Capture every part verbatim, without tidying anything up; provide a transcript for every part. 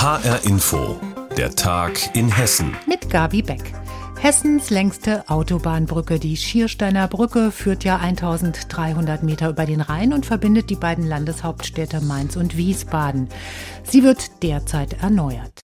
H R Info, der Tag in Hessen. Mit Gabi Beck. Hessens längste Autobahnbrücke, die Schiersteiner Brücke, führt ja eintausenddreihundert Meter über den Rhein und verbindet die beiden Landeshauptstädte Mainz und Wiesbaden. Sie wird derzeit erneuert.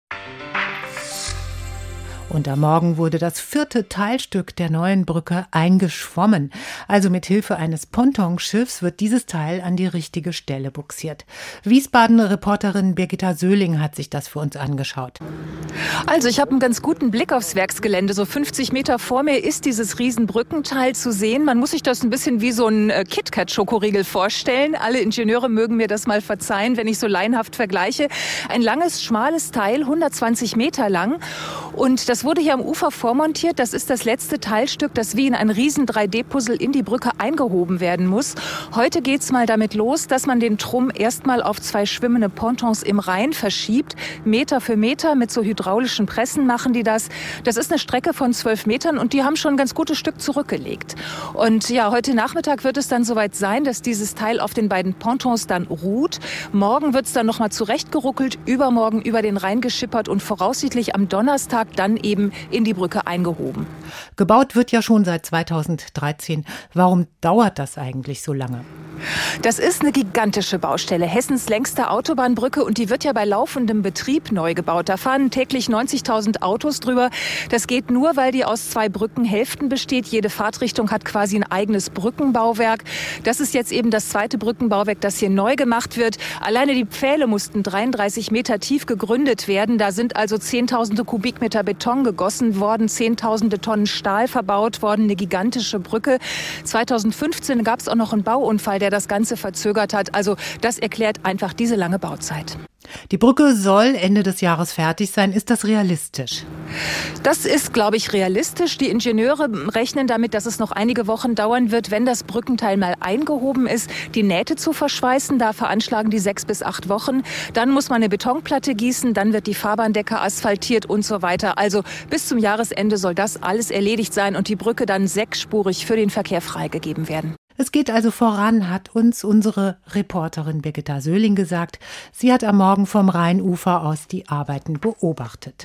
Und am Morgen wurde das vierte Teilstück der neuen Brücke eingeschwommen. Also mit Hilfe eines Pontonschiffs wird dieses Teil an die richtige Stelle buxiert. Wiesbaden-Reporterin Birgitta Söhling hat sich das für uns angeschaut. Also ich habe einen ganz guten Blick aufs Werksgelände. So fünfzig Meter vor mir ist dieses Riesenbrückenteil zu sehen. Man muss sich das ein bisschen wie so ein KitKat-Schokoriegel vorstellen. Alle Ingenieure mögen mir das mal verzeihen, wenn ich so laienhaft vergleiche. Ein langes, schmales Teil, hundertzwanzig Meter lang. Und das wurde hier am Ufer vormontiert. Das ist das letzte Teilstück, das wie in ein riesen drei D Puzzle in die Brücke eingehoben werden muss. Heute geht's mal damit los, dass man den Trumm erstmal auf zwei schwimmende Pontons im Rhein verschiebt. Meter für Meter mit so hydraulischen Pressen machen die das. Das ist eine Strecke von zwölf Metern und die haben schon ein ganz gutes Stück zurückgelegt. Und ja, heute Nachmittag wird es dann soweit sein, dass dieses Teil auf den beiden Pontons dann ruht. Morgen wird's dann nochmal zurechtgeruckelt, übermorgen über den Rhein geschippert und voraussichtlich am Donnerstag dann eben in die Brücke eingehoben. Gebaut wird ja schon seit zweitausenddreizehn. Warum dauert das eigentlich so lange? Das ist eine gigantische Baustelle, Hessens längste Autobahnbrücke, und die wird ja bei laufendem Betrieb neu gebaut. Da fahren täglich neunzigtausend Autos drüber. Das geht nur, weil die aus zwei Brückenhälften besteht. Jede Fahrtrichtung hat quasi ein eigenes Brückenbauwerk. Das ist jetzt eben das zweite Brückenbauwerk, das hier neu gemacht wird. Alleine die Pfähle mussten dreiunddreißig Meter tief gegründet werden. Da sind also zehntausende Kubikmeter Beton gegossen worden, zehntausende Tonnen Stahl verbaut worden, eine gigantische Brücke. zweitausendfünfzehn gab es auch noch einen Bauunfall, der das Ganze verzögert hat. Also das erklärt einfach diese lange Bauzeit. Die Brücke soll Ende des Jahres fertig sein. Ist das realistisch? Das ist, glaube ich, realistisch. Die Ingenieure rechnen damit, dass es noch einige Wochen dauern wird, wenn das Brückenteil mal eingehoben ist, die Nähte zu verschweißen. Da veranschlagen die sechs bis acht Wochen. Dann muss man eine Betonplatte gießen, dann wird die Fahrbahndecke asphaltiert und so weiter. Also bis zum Jahresende soll das alles erledigt sein und die Brücke dann sechsspurig für den Verkehr freigegeben werden. Es geht also voran, hat uns unsere Reporterin Birgitta Söhling gesagt. Sie hat am Morgen vom Rheinufer aus die Arbeiten beobachtet.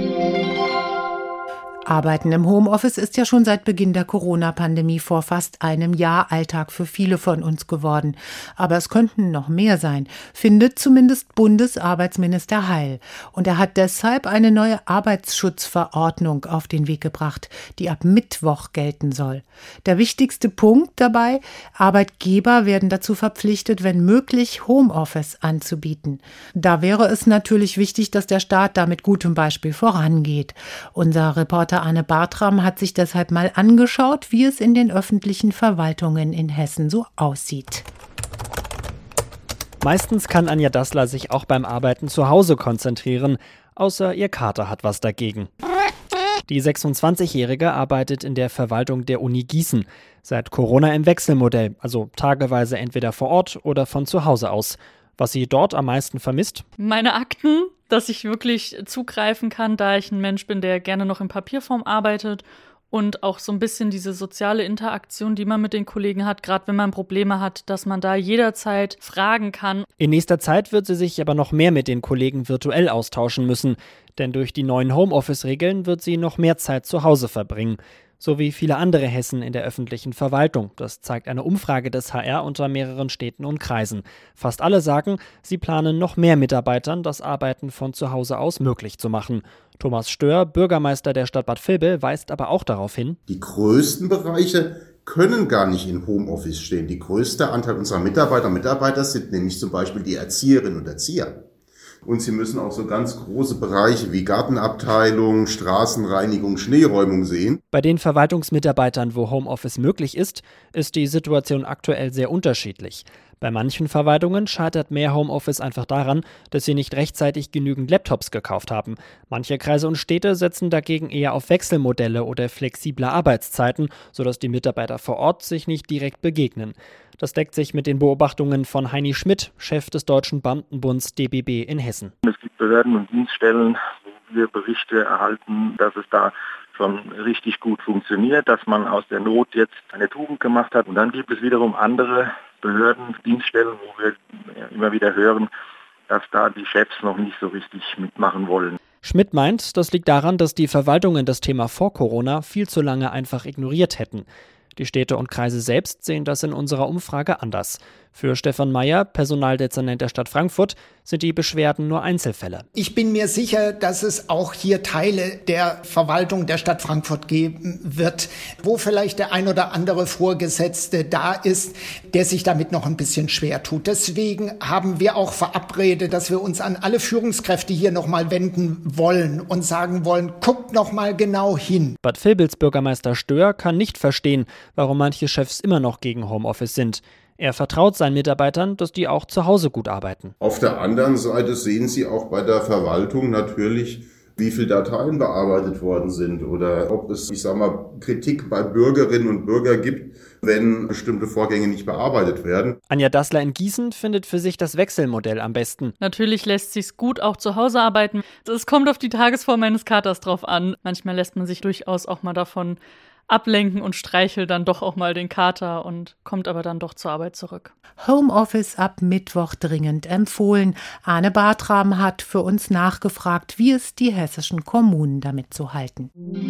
Arbeiten im Homeoffice ist ja schon seit Beginn der Corona-Pandemie vor fast einem Jahr Alltag für viele von uns geworden. Aber es könnten noch mehr sein, findet zumindest Bundesarbeitsminister Heil. Und er hat deshalb eine neue Arbeitsschutzverordnung auf den Weg gebracht, die ab Mittwoch gelten soll. Der wichtigste Punkt dabei: Arbeitgeber werden dazu verpflichtet, wenn möglich, Homeoffice anzubieten. Da wäre es natürlich wichtig, dass der Staat da mit gutem Beispiel vorangeht. Unser Reporter Anne Bartram hat sich deshalb mal angeschaut, wie es in den öffentlichen Verwaltungen in Hessen so aussieht. Meistens kann Anja Dassler sich auch beim Arbeiten zu Hause konzentrieren, außer ihr Kater hat was dagegen. Die sechsundzwanzigjährige arbeitet in der Verwaltung der Uni Gießen. Seit Corona im Wechselmodell, also tageweise entweder vor Ort oder von zu Hause aus. Was sie dort am meisten vermisst? Meine Akten, dass ich wirklich zugreifen kann, da ich ein Mensch bin, der gerne noch in Papierform arbeitet, und auch so ein bisschen diese soziale Interaktion, die man mit den Kollegen hat, gerade wenn man Probleme hat, dass man da jederzeit fragen kann. In nächster Zeit wird sie sich aber noch mehr mit den Kollegen virtuell austauschen müssen, denn durch die neuen Homeoffice-Regeln wird sie noch mehr Zeit zu Hause verbringen. So wie viele andere Hessen in der öffentlichen Verwaltung. Das zeigt eine Umfrage des H R unter mehreren Städten und Kreisen. Fast alle sagen, sie planen noch mehr Mitarbeitern, das Arbeiten von zu Hause aus möglich zu machen. Thomas Stör, Bürgermeister der Stadt Bad Vilbel, weist aber auch darauf hin: Die größten Bereiche können gar nicht in Homeoffice stehen. Die größte Anteil unserer Mitarbeiter und Mitarbeiter sind nämlich zum Beispiel die Erzieherinnen und Erzieher. Und sie müssen auch so ganz große Bereiche wie Gartenabteilung, Straßenreinigung, Schneeräumung sehen. Bei den Verwaltungsmitarbeitern, wo Homeoffice möglich ist, ist die Situation aktuell sehr unterschiedlich. Bei manchen Verwaltungen scheitert mehr Homeoffice einfach daran, dass sie nicht rechtzeitig genügend Laptops gekauft haben. Manche Kreise und Städte setzen dagegen eher auf Wechselmodelle oder flexible Arbeitszeiten, sodass die Mitarbeiter vor Ort sich nicht direkt begegnen. Das deckt sich mit den Beobachtungen von Heini Schmidt, Chef des Deutschen Beamtenbunds D B B in Hessen. Es gibt Behörden und Dienststellen, wo wir Berichte erhalten, dass es da schon richtig gut funktioniert, dass man aus der Not jetzt eine Tugend gemacht hat. Und dann gibt es wiederum andere Behörden, Dienststellen, wo wir immer wieder hören, dass da die Chefs noch nicht so richtig mitmachen wollen. Schmidt meint, das liegt daran, dass die Verwaltungen das Thema vor Corona viel zu lange einfach ignoriert hätten. Die Städte und Kreise selbst sehen das in unserer Umfrage anders. Für Stefan Meyer, Personaldezernent der Stadt Frankfurt, sind die Beschwerden nur Einzelfälle. Ich bin mir sicher, dass es auch hier Teile der Verwaltung der Stadt Frankfurt geben wird, wo vielleicht der ein oder andere Vorgesetzte da ist, der sich damit noch ein bisschen schwer tut. Deswegen haben wir auch verabredet, dass wir uns an alle Führungskräfte hier nochmal wenden wollen und sagen wollen, guckt nochmal genau hin. Bad Vilbels Bürgermeister Stöhr kann nicht verstehen, warum manche Chefs immer noch gegen Homeoffice sind. Er vertraut seinen Mitarbeitern, dass die auch zu Hause gut arbeiten. Auf der anderen Seite sehen Sie auch bei der Verwaltung natürlich, wie viele Dateien bearbeitet worden sind oder ob es, ich sag mal, Kritik bei Bürgerinnen und Bürgern gibt, wenn bestimmte Vorgänge nicht bearbeitet werden. Anja Dassler in Gießen findet für sich das Wechselmodell am besten. Natürlich lässt sich's gut auch zu Hause arbeiten. Es kommt auf die Tagesform meines Katers drauf an. Manchmal lässt man sich durchaus auch mal davon ablenken und streichelt dann doch auch mal den Kater und kommt aber dann doch zur Arbeit zurück. Homeoffice ab Mittwoch dringend empfohlen. Arne Bartram hat für uns nachgefragt, wie es die hessischen Kommunen damit so halten.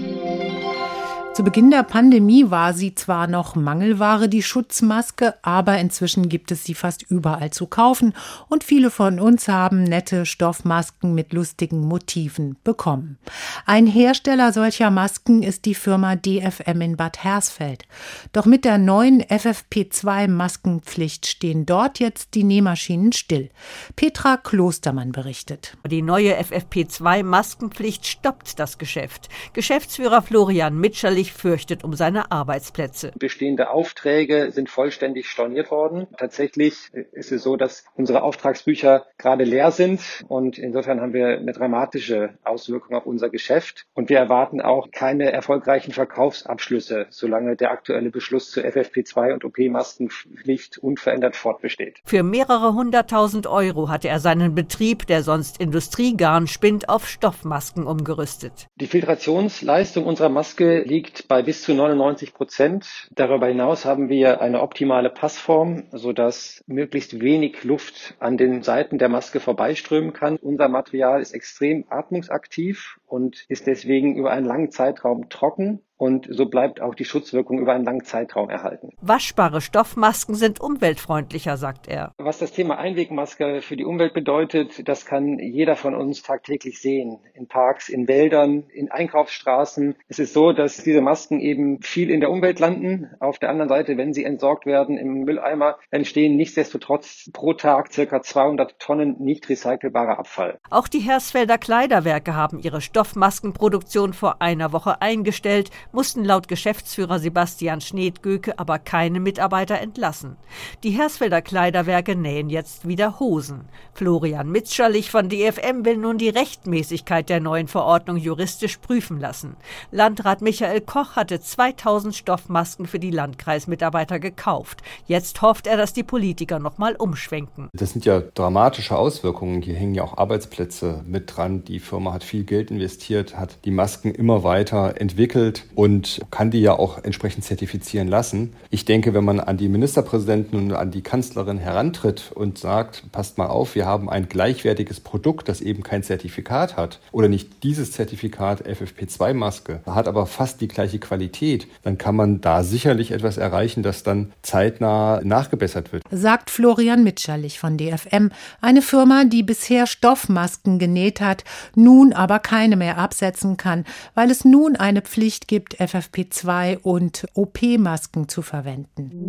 Zu Beginn der Pandemie war sie zwar noch Mangelware, die Schutzmaske, aber inzwischen gibt es sie fast überall zu kaufen und viele von uns haben nette Stoffmasken mit lustigen Motiven bekommen. Ein Hersteller solcher Masken ist die Firma D F M in Bad Hersfeld. Doch mit der neuen F F P zwei Maskenpflicht stehen dort jetzt die Nähmaschinen still. Petra Klostermann berichtet. Die neue F F P zwei Maskenpflicht stoppt das Geschäft. Geschäftsführer Florian Mitscherlich fürchtet um seine Arbeitsplätze. Bestehende Aufträge sind vollständig storniert worden. Tatsächlich ist es so, dass unsere Auftragsbücher gerade leer sind und insofern haben wir eine dramatische Auswirkung auf unser Geschäft und wir erwarten auch keine erfolgreichen Verkaufsabschlüsse, solange der aktuelle Beschluss zur F F P zwei und O P-Maskenpflicht unverändert fortbesteht. Für mehrere hunderttausend Euro hatte er seinen Betrieb, der sonst Industriegarn spinnt, auf Stoffmasken umgerüstet. Die Filtrationsleistung unserer Maske liegt bei bis zu neunundneunzig Prozent. Darüber hinaus haben wir eine optimale Passform, sodass möglichst wenig Luft an den Seiten der Maske vorbeiströmen kann. Unser Material ist extrem atmungsaktiv und ist deswegen über einen langen Zeitraum trocken. Und so bleibt auch die Schutzwirkung über einen langen Zeitraum erhalten. Waschbare Stoffmasken sind umweltfreundlicher, sagt er. Was das Thema Einwegmaske für die Umwelt bedeutet, das kann jeder von uns tagtäglich sehen. In Parks, in Wäldern, in Einkaufsstraßen. Es ist so, dass diese Masken eben viel in der Umwelt landen. Auf der anderen Seite, wenn sie entsorgt werden im Mülleimer, entstehen nichtsdestotrotz pro Tag circa zweihundert Tonnen nicht recycelbarer Abfall. Auch die Hersfelder Kleiderwerke haben ihre Stoffmaskenproduktion vor einer Woche eingestellt, mussten laut Geschäftsführer Sebastian Schnedgöke aber keine Mitarbeiter entlassen. Die Hersfelder Kleiderwerke nähen jetzt wieder Hosen. Florian Mitscherlich von D F M will nun die Rechtmäßigkeit der neuen Verordnung juristisch prüfen lassen. Landrat Michael Koch hatte zweitausend Stoffmasken für die Landkreismitarbeiter gekauft. Jetzt hofft er, dass die Politiker noch mal umschwenken. Das sind ja dramatische Auswirkungen. Hier hängen ja auch Arbeitsplätze mit dran. Die Firma hat viel Geld investiert, hat die Masken immer weiter entwickelt und kann die ja auch entsprechend zertifizieren lassen. Ich denke, wenn man an die Ministerpräsidenten und an die Kanzlerin herantritt und sagt, passt mal auf, wir haben ein gleichwertiges Produkt, das eben kein Zertifikat hat oder nicht dieses Zertifikat F F P zwei Maske, hat aber fast die gleiche Qualität, dann kann man da sicherlich etwas erreichen, das dann zeitnah nachgebessert wird. Sagt Florian Mitscherlich von D F M, eine Firma, die bisher Stoffmasken genäht hat, nun aber keine mehr absetzen kann, weil es nun eine Pflicht gibt, F F P zwei und O P-Masken zu verwenden.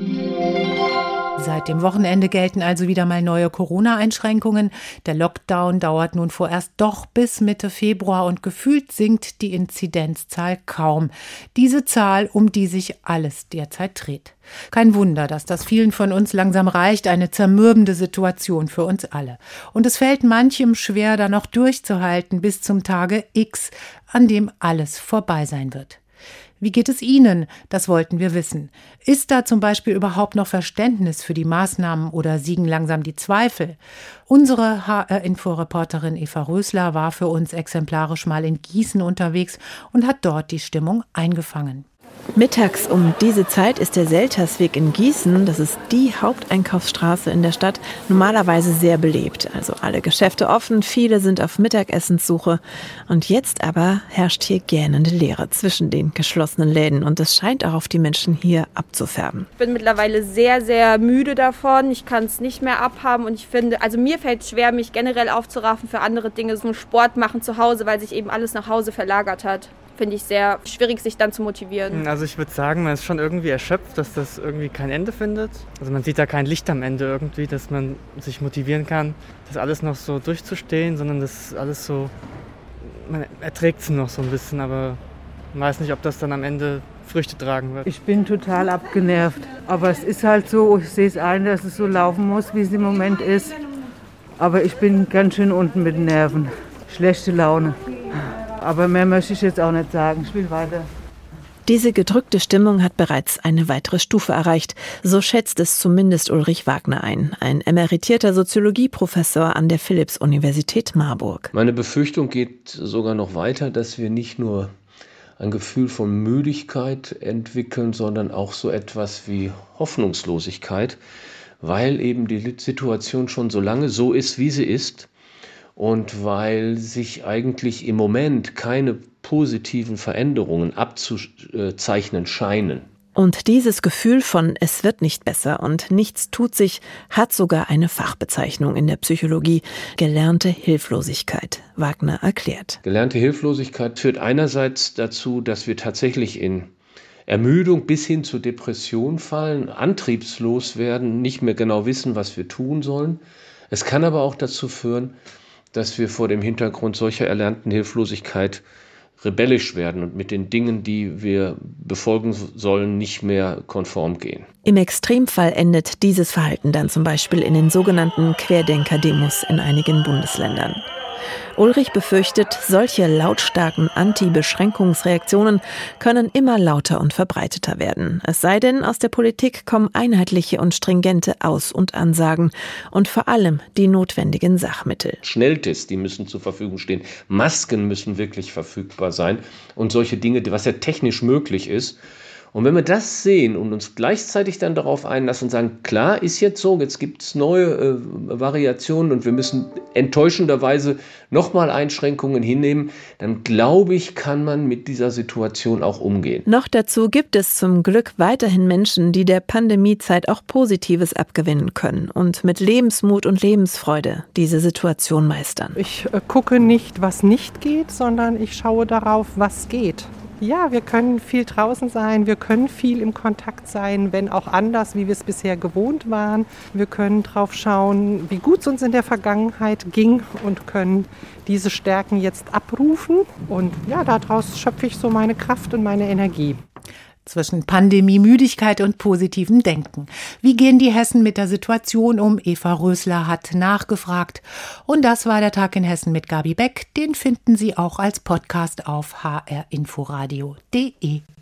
Seit dem Wochenende gelten also wieder mal neue Corona-Einschränkungen. Der Lockdown dauert nun vorerst doch bis Mitte Februar und gefühlt sinkt die Inzidenzzahl kaum. Diese Zahl, um die sich alles derzeit dreht. Kein Wunder, dass das vielen von uns langsam reicht, eine zermürbende Situation für uns alle. Und es fällt manchem schwer, da noch durchzuhalten bis zum Tage X, an dem alles vorbei sein wird. Wie geht es Ihnen? Das wollten wir wissen. Ist da zum Beispiel überhaupt noch Verständnis für die Maßnahmen oder siegen langsam die Zweifel? Unsere H R-Info-Reporterin Eva Rösler war für uns exemplarisch mal in Gießen unterwegs und hat dort die Stimmung eingefangen. Mittags um diese Zeit ist der Seltersweg in Gießen, das ist die Haupteinkaufsstraße in der Stadt, normalerweise sehr belebt. Also alle Geschäfte offen, viele sind auf Mittagessenssuche. Und jetzt aber herrscht hier gähnende Leere zwischen den geschlossenen Läden. Und es scheint auch auf die Menschen hier abzufärben. Ich bin mittlerweile sehr, sehr müde davon. Ich kann es nicht mehr abhaben. Und ich finde, also mir fällt es schwer, mich generell aufzuraffen für andere Dinge, so Sport machen zu Hause, weil sich eben alles nach Hause verlagert hat. Finde ich sehr schwierig, sich dann zu motivieren. Also ich würde sagen, man ist schon irgendwie erschöpft, dass das irgendwie kein Ende findet. Also man sieht da kein Licht am Ende irgendwie, dass man sich motivieren kann, das alles noch so durchzustehen, sondern das alles so, man erträgt es noch so ein bisschen, aber man weiß nicht, ob das dann am Ende Früchte tragen wird. Ich bin total abgenervt, aber es ist halt so, ich sehe es ein, dass es so laufen muss, wie es im Moment ist. Aber ich bin ganz schön unten mit den Nerven, schlechte Laune. Aber mehr möchte ich jetzt auch nicht sagen. Ich will weiter. Diese gedrückte Stimmung hat bereits eine weitere Stufe erreicht. So schätzt es zumindest Ulrich Wagner ein, ein emeritierter Soziologieprofessor an der Philipps-Universität Marburg. Meine Befürchtung geht sogar noch weiter, dass wir nicht nur ein Gefühl von Müdigkeit entwickeln, sondern auch so etwas wie Hoffnungslosigkeit, weil eben die Situation schon so lange so ist, wie sie ist. Und weil sich eigentlich im Moment keine positiven Veränderungen abzuzeichnen scheinen. Und dieses Gefühl von es wird nicht besser und nichts tut sich, hat sogar eine Fachbezeichnung in der Psychologie, gelernte Hilflosigkeit. Wagner erklärt. Gelernte Hilflosigkeit führt einerseits dazu, dass wir tatsächlich in Ermüdung bis hin zur Depression fallen, antriebslos werden, nicht mehr genau wissen, was wir tun sollen. Es kann aber auch dazu führen, dass wir vor dem Hintergrund solcher erlernten Hilflosigkeit rebellisch werden und mit den Dingen, die wir befolgen sollen, nicht mehr konform gehen. Im Extremfall endet dieses Verhalten dann zum Beispiel in den sogenannten Querdenker-Demos in einigen Bundesländern. Ulrich befürchtet, solche lautstarken Anti-Beschränkungsreaktionen können immer lauter und verbreiteter werden. Es sei denn, aus der Politik kommen einheitliche und stringente Aus- und Ansagen und vor allem die notwendigen Sachmittel. Schnelltests, die müssen zur Verfügung stehen. Masken müssen wirklich verfügbar sein und solche Dinge, was ja technisch möglich ist. Und wenn wir das sehen und uns gleichzeitig dann darauf einlassen und sagen, klar, ist jetzt so, jetzt gibt es neue äh, Variationen und wir müssen enttäuschenderweise nochmal Einschränkungen hinnehmen, dann glaube ich, kann man mit dieser Situation auch umgehen. Noch dazu gibt es zum Glück weiterhin Menschen, die der Pandemiezeit auch Positives abgewinnen können und mit Lebensmut und Lebensfreude diese Situation meistern. Ich äh, gucke nicht, was nicht geht, sondern ich schaue darauf, was geht. Ja, wir können viel draußen sein, wir können viel im Kontakt sein, wenn auch anders, wie wir es bisher gewohnt waren. Wir können drauf schauen, wie gut es uns in der Vergangenheit ging und können diese Stärken jetzt abrufen. Und ja, daraus schöpfe ich so meine Kraft und meine Energie. Zwischen Pandemie, Müdigkeit und positivem Denken. Wie gehen die Hessen mit der Situation um? Eva Rösler hat nachgefragt. Und das war der Tag in Hessen mit Gabi Beck. Den finden Sie auch als Podcast auf h r inforadio punkt d e.